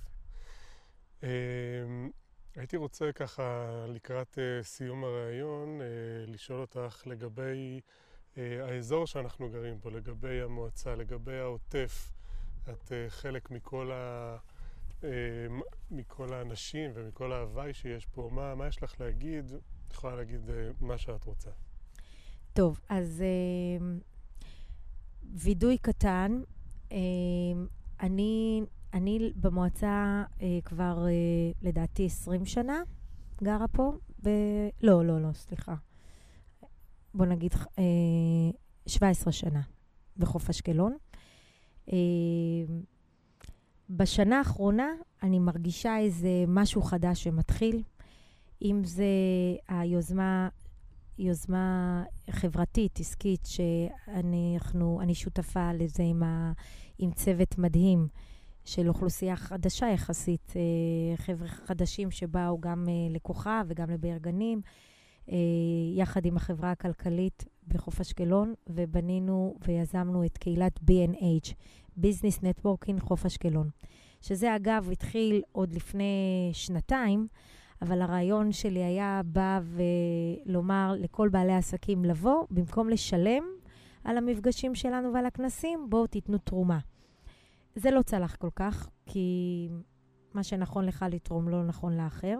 הייתי רוצה ככה לקראת סיום הרעיון, לשאול אותך לגבי האזור שאנחנו גרים פה, לגבי המועצה, לגבי העוטף. את חלק מכל האנשים ומכל ההוואי שיש פה. מה יש לך להגיד? את יכולה להגיד מה שאת רוצה. טוב, אז וידוי קטן. אני במועצה כבר לדעתי 20 שנה גרה פה. לא, סליחה. בוא נגיד 17 שנה בחוף אשקלון. בשנה האחרונה אני מרגישה איזה משהו חדש שמתחיל. אם זה יוזמה חברתית, עסקית, שאני שותפה לזה עם צוות מדהים של אוכלוסייה חדשה יחסית, חבר'ה חדשים שבאו גם לכוחה וגם לבארגנים, יחד עם החברה הכלכלית בחוף אשקלון, ובנינו ויזמנו את קהילת B&H, Business Networking חוף אשקלון. שזה אגב התחיל עוד לפני 2, אבל הרעיון שלי היה בא ולומר לכל בעלי העסקים לבוא, במקום לשלם על המפגשים שלנו ועל הכנסים, בואו תיתנו תרומה. זה לא צלח כל כך, כי מה שנכון לך לתרום לא נכון לאחר.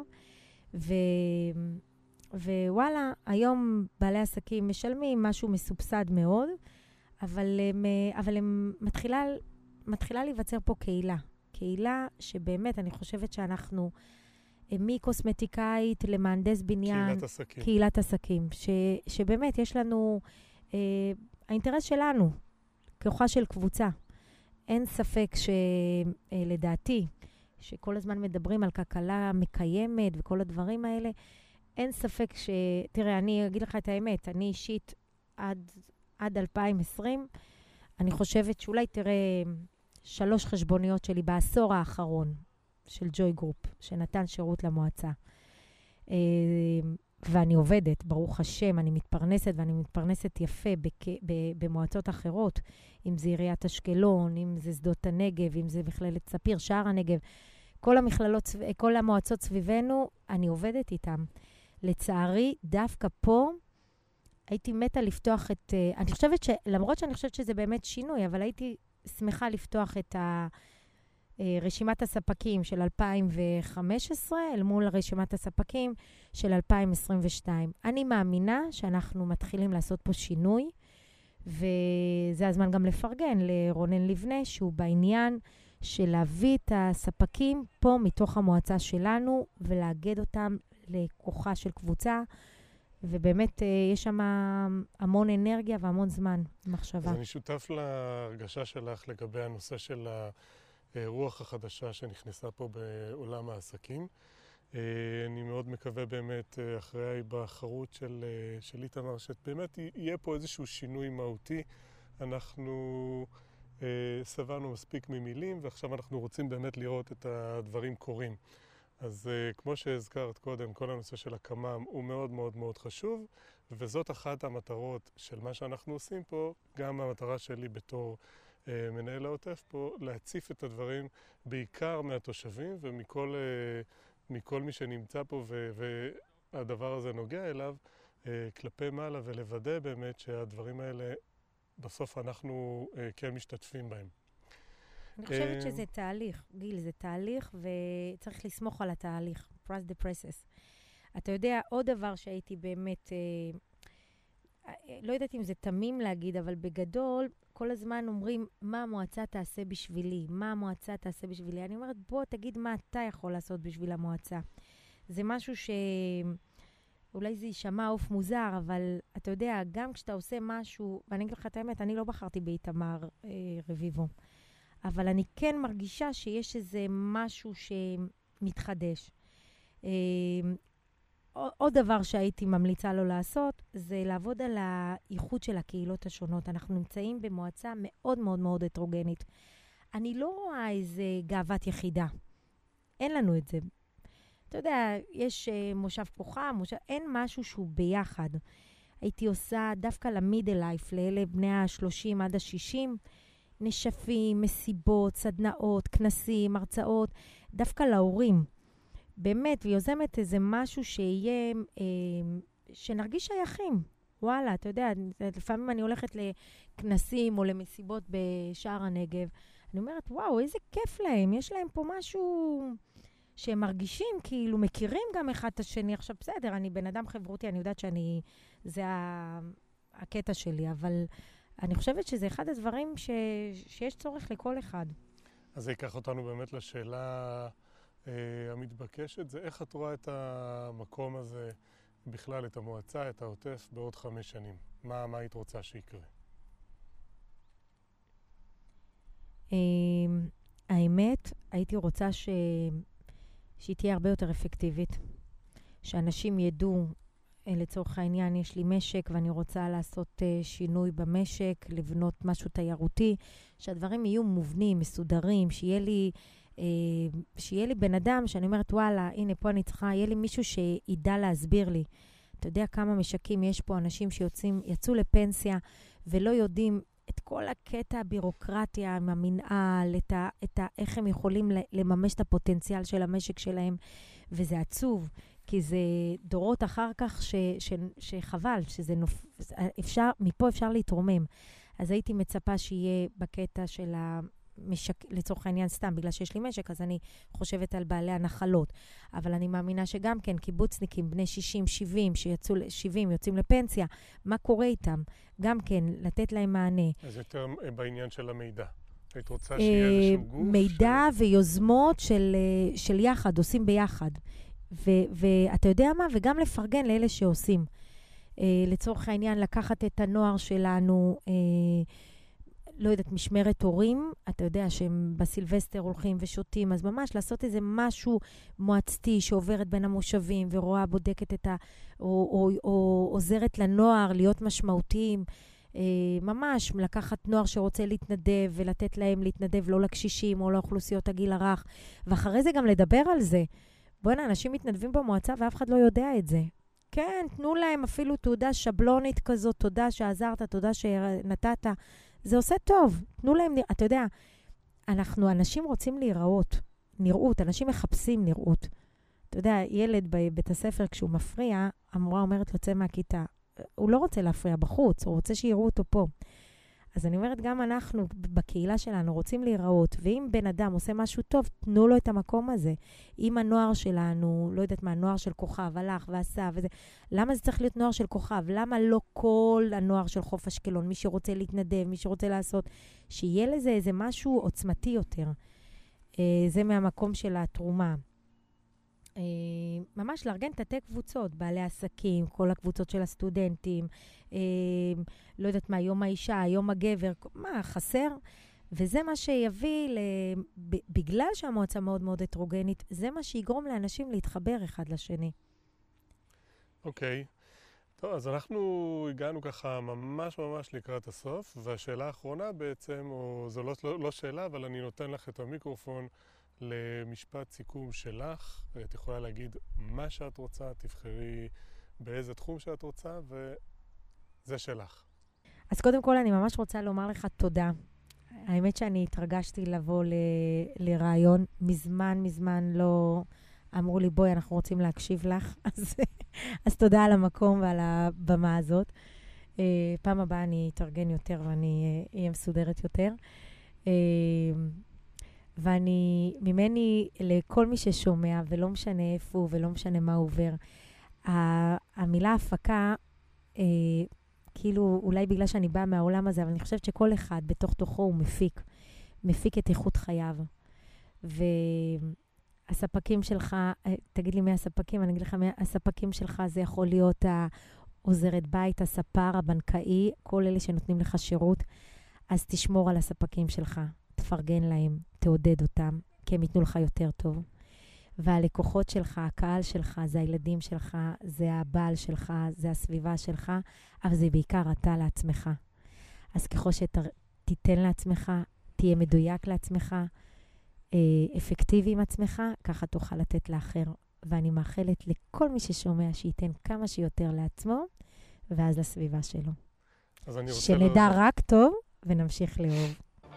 ווואלה, היום בעלי עסקים משלמים משהו מסובסד מאוד, אבל הם מתחילה להיווצר פה קהילה. קהילה שבאמת אני חושבת שאנחנו מקוסמטיקאית למהנדס בניין, קהילת עסקים, שבאמת יש לנו, האינטרס שלנו, כוחה של קבוצה. אין ספק שלדעתי, שכל הזמן מדברים על כלכלה מקיימת וכל הדברים האלה, אין ספק תראה, אני אגיד לך את האמת, אני אישית עד 2020, אני חושבת שאולי תראה 3 חשבוניות שלי בעשור האחרון של ג'וי גרופ, שנתן שירות למועצה. ואני עובדת, ברוך השם, אני מתפרנסת, ואני מתפרנסת יפה במועצות אחרות, אם זה עיריית אשקלון, אם זה שדות הנגב, אם זה מכללת ספיר, שער הנגב, כל המועצות סביבנו, אני עובדת איתם. לצערי, דווקא פה, הייתי מתה לפתוח אני חושבת למרות שאני חושבת שזה באמת שינוי, אבל הייתי שמחה לפתוח את רשימת הספקים של 2015 אל מול רשימת הספקים של 2022. אני מאמינה שאנחנו מתחילים לעשות פה שינוי, וזה הזמן גם לפרגן לרונן לבנה, שהוא בעניין של להביא את הספקים פה מתוך המועצה שלנו, ולאגד אותם לכוחה של קבוצה, ובאמת יש שם המון אנרגיה והמון זמן מחשבה. אז אני שותף להרגשה שלך לגבי הנושא של הרוח החדשה שנכנסה פה בעולם העסקים. אני מאוד מקווה באמת אחרי ההיבחרות של איתמר, שבאמת יהיה פה איזשהו שינוי מהותי. אנחנו שבענו מספיק ממילים, ועכשיו אנחנו רוצים באמת לראות את הדברים קורים. אז כמו שהזכרת קודם, כל הנושא של הקמ"מ הוא מאוד מאוד מאוד חשוב, וזאת אחת המטרות של מה שאנחנו עושים פה, גם המטרה שלי בתור מנהל העוטף פה, להציף את הדברים בעיקר מהתושבים ומכל מי שנמצא פה והדבר הזה נוגע אליו, כלפי מעלה, ולוודא באמת שהדברים האלה בסוף אנחנו כן משתתפים בהם. אני חושבת שזה תהליך, גיל, זה תהליך, וצריך לסמוך על התהליך. Trust the process. אתה יודע, עוד דבר שהייתי באמת, לא יודעת אם זה תמים להגיד, אבל בגדול, כל הזמן אומרים, מה המועצה תעשה בשבילי? מה המועצה תעשה בשבילי? אני אומרת, בוא תגיד מה אתה יכול לעשות בשביל המועצה. זה משהו אולי זה יישמע עוף מוזר, אבל אתה יודע, גם כשאתה עושה משהו, ואני אגיד לך את האמת, אני לא בחרתי באיתמר רביבו. אבל אני כן מרגישה שיש איזה משהו שמתחדש. עוד דבר שהייתי ממליצה לו לעשות, זה לעבוד על האיחוד של הקהילות השונות. אנחנו נמצאים במועצה מאוד מאוד מאוד הטרוגנית. אני לא רואה איזה גאוות יחידה. אין לנו את זה. אתה יודע, יש מושב פוחה, אין משהו שהוא ביחד. הייתי עושה דווקא למידל לייף, לאלה בני ה-30 עד ה-60, נשפים, מסיבות, סדנאות, כנסים, הרצאות, דווקא להורים. באמת, ויוזמת איזה משהו שיהיה, שנרגיש שייכים. וואלה, אתה יודע, לפעמים אני הולכת לכנסים או למסיבות בשער הנגב, אני אומרת, וואו, איזה כיף להם, יש להם פה משהו שהם מרגישים, כאילו מכירים גם אחד את השני. עכשיו בסדר, אני בן אדם חברותי, אני יודעת זה הקטע שלי, אבל אני חושבת שזה אחד הדברים שיש צורך לכל אחד. אז זה ייקח אותנו באמת לשאלה המתבקשת, זה איך את רואה את המקום הזה, בכלל את המועצה, את העוטף, בעוד 5 שנים? מה היית רוצה שיקרה? האמת, הייתי רוצה שהיא תהיה הרבה יותר אפקטיבית. שאנשים ידעו, לצורך העניין, יש לי משק ואני רוצה לעשות שינוי במשק, לבנות משהו תיירותי, שהדברים יהיו מובנים, מסודרים, שיהיה לי בן אדם שאני אומרת, וואלה, הנה פה אני צריכה, יהיה לי מישהו שידע להסביר לי. אתה יודע כמה משקים יש פה, אנשים יצאו לפנסיה ולא יודעים את כל הקטע הבירוקרטיה עם המנהל, איך הם יכולים לממש את הפוטנציאל של המשק שלהם, וזה עצוב, כי זה דורות אחר כך שחבל, מפה אפשר להתרומם. אז הייתי מצפה שיהיה בקטע של לצורך העניין סתם, בגלל שיש לי משק, אז אני חושבת על בעלי הנחלות. אבל אני מאמינה שגם כן, קיבוצניקים, בני 60, 70, יוצאים לפנסיה, מה קורה איתם? גם כן, לתת להם מענה. אז יותר בעניין של המידע. היית רוצה שיהיה איזשהו גוף? מידע ויוזמות של יחד, עושים ביחד. ואתה יודע מה? וגם לפרגן לאלה שעושים. לצורך העניין, לקחת את הנוער שלנו, לא יודעת, משמרת הורים, אתה יודע שהם בסילבסטר הולכים ושותים, אז ממש לעשות איזה משהו מועצתי שעוברת בין המושבים ורואה, בודקת או עוזרת לנוער להיות משמעותיים, ממש לקחת נוער שרוצה להתנדב ולתת להם להתנדב לא לקשישים או לאוכלוסיות הגיל הרך, ואחרי זה גם לדבר על זה. בוא'נה, אנשים מתנדבים במועצה ואף אחד לא יודע את זה. כן, תנו להם אפילו תעודה שבלונית כזאת, תודה שעזרת, תודה שנתת. זה עושה טוב. תנו להם, אתה יודע, אנשים רוצים להיראות, נראות, אנשים מחפשים נראות. אתה יודע, ילד בבית הספר כשהוא מפריע, המורה אומרת לו, צא מהכיתה. הוא לא רוצה להפריע בחוץ, הוא רוצה שיראו אותו פה. אז אני אומרת, גם אנחנו בקהילה שלנו רוצים להיראות, ואם בן אדם עושה משהו טוב, תנו לו את המקום הזה. אם הנוער שלנו, לא יודעת מה, הנוער של כוכב, הלך ועשה וזה, למה זה צריך להיות נוער של כוכב? למה לא כל הנוער של חוף אשקלון, מי שרוצה להתנדב, מי שרוצה לעשות, שיהיה לזה איזה משהו עוצמתי יותר. זה מהמקום של התרומה. ממש לארגן תתי קבוצות, בעלי עסקים, כל הקבוצות של הסטודנטים, לא יודעת מה, יום האישה, יום הגבר, מה, חסר? וזה מה שיביא, בגלל שהמועצה מאוד מאוד הטרוגנית, זה מה שיגרום לאנשים להתחבר אחד לשני. אוקיי. טוב, אז אנחנו הגענו ככה ממש לקראת הסוף, והשאלה האחרונה בעצם, או זו לא שאלה, אבל אני נותן לך את המיקרופון למשפט סיכום שלך. את יכולה להגיד מה שאת רוצה, תבחרי באיזה תחום שאת רוצה, וזה שלך. אז קודם כל אני ממש רוצה לומר לך תודה. האמת שאני התרגשתי לבוא לרעיון. מזמן לא אמרו לי, בואי, אנחנו רוצים להקשיב לך. אז תודה על המקום ועל הבמה הזאת. פעם הבאה אני אתארגן יותר ואני אהיה מסודרת יותר. ואני, ממני לכל מי ששומע, ולא משנה איפה הוא ולא משנה מה הוא עובר, המילה הפקה, כאילו אולי בגלל שאני באה מהעולם הזה, אבל אני חושבת שכל אחד בתוך תוכו הוא מפיק את איכות חייו. והספקים שלך, תגיד לי מי הספקים, אני אגיד לך מי הספקים שלך, זה יכול להיות העוזרת בית, הספר, הבנקאי, כל אלה שנותנים לך שירות, אז תשמור על הספקים שלך, תפרגן להם, תעודד אותם, כי הם ייתנו לך יותר טוב. והלקוחות שלך, הקהל שלך, זה הילדים שלך, זה הבעל שלך, זה הסביבה שלך, אבל זה בעיקר אתה לעצמך. אז ככל שתיתן לעצמך, תהיה מדויק לעצמך, אפקטיבי עם עצמך, ככה תוכל לתת לאחר. ואני מאחלת לכל מי ששומע שייתן כמה שיותר לעצמו, ואז לסביבה שלו. שנדע רק טוב ונמשיך לאהוב.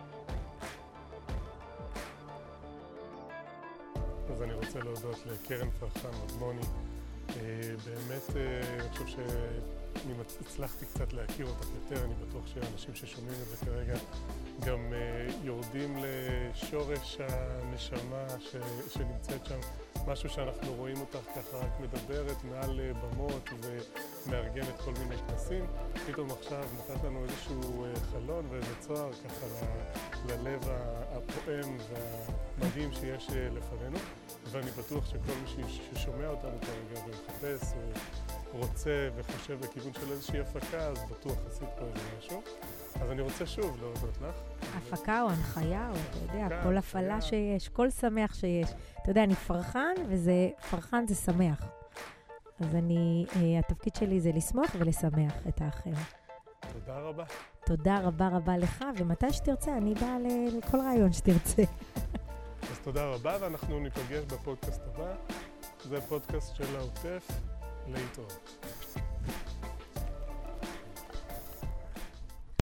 אז אני רוצה להודות לקרן פרחן מדמוני. באמת, אני חושב שאני הצלחתי קצת להכיר אותך יותר. אני בטוח שאנשים ששומעים את זה כרגע גם יורדים לשורש הנשמה שנמצאת שם. משהו שאנחנו רואים אותך ככה רק מדברת מעל במות ומארגנת כל מיני כנסים. פתאום עכשיו נתת לנו איזשהו חלון ואיזה צוהר ככה ללב הפועם והמדהים שיש לפנינו. ואני בטוח שכל מי ששומע אותנו כרגע ומחפש או רוצה וחושב בכיוון של איזושהי הפקה, אז בטוח עשית פה איזה משהו. אז אני רוצה שוב להודות לך. הפקה או הנחיה, או אתה יודע, כל הפעלה שיש, כל שמח שיש. אתה יודע, אני פרחן, פרחן זה שמח. אז התפקיד שלי זה לשמוח ולשמח את האחר. תודה רבה. תודה רבה לך, ומתי שתרצה, אני באה לכל רעיון שתרצה. אז תודה רבה, ואנחנו ניפגש בפודקאסט הבא. זה פודקאסט של העוטף, להתראות.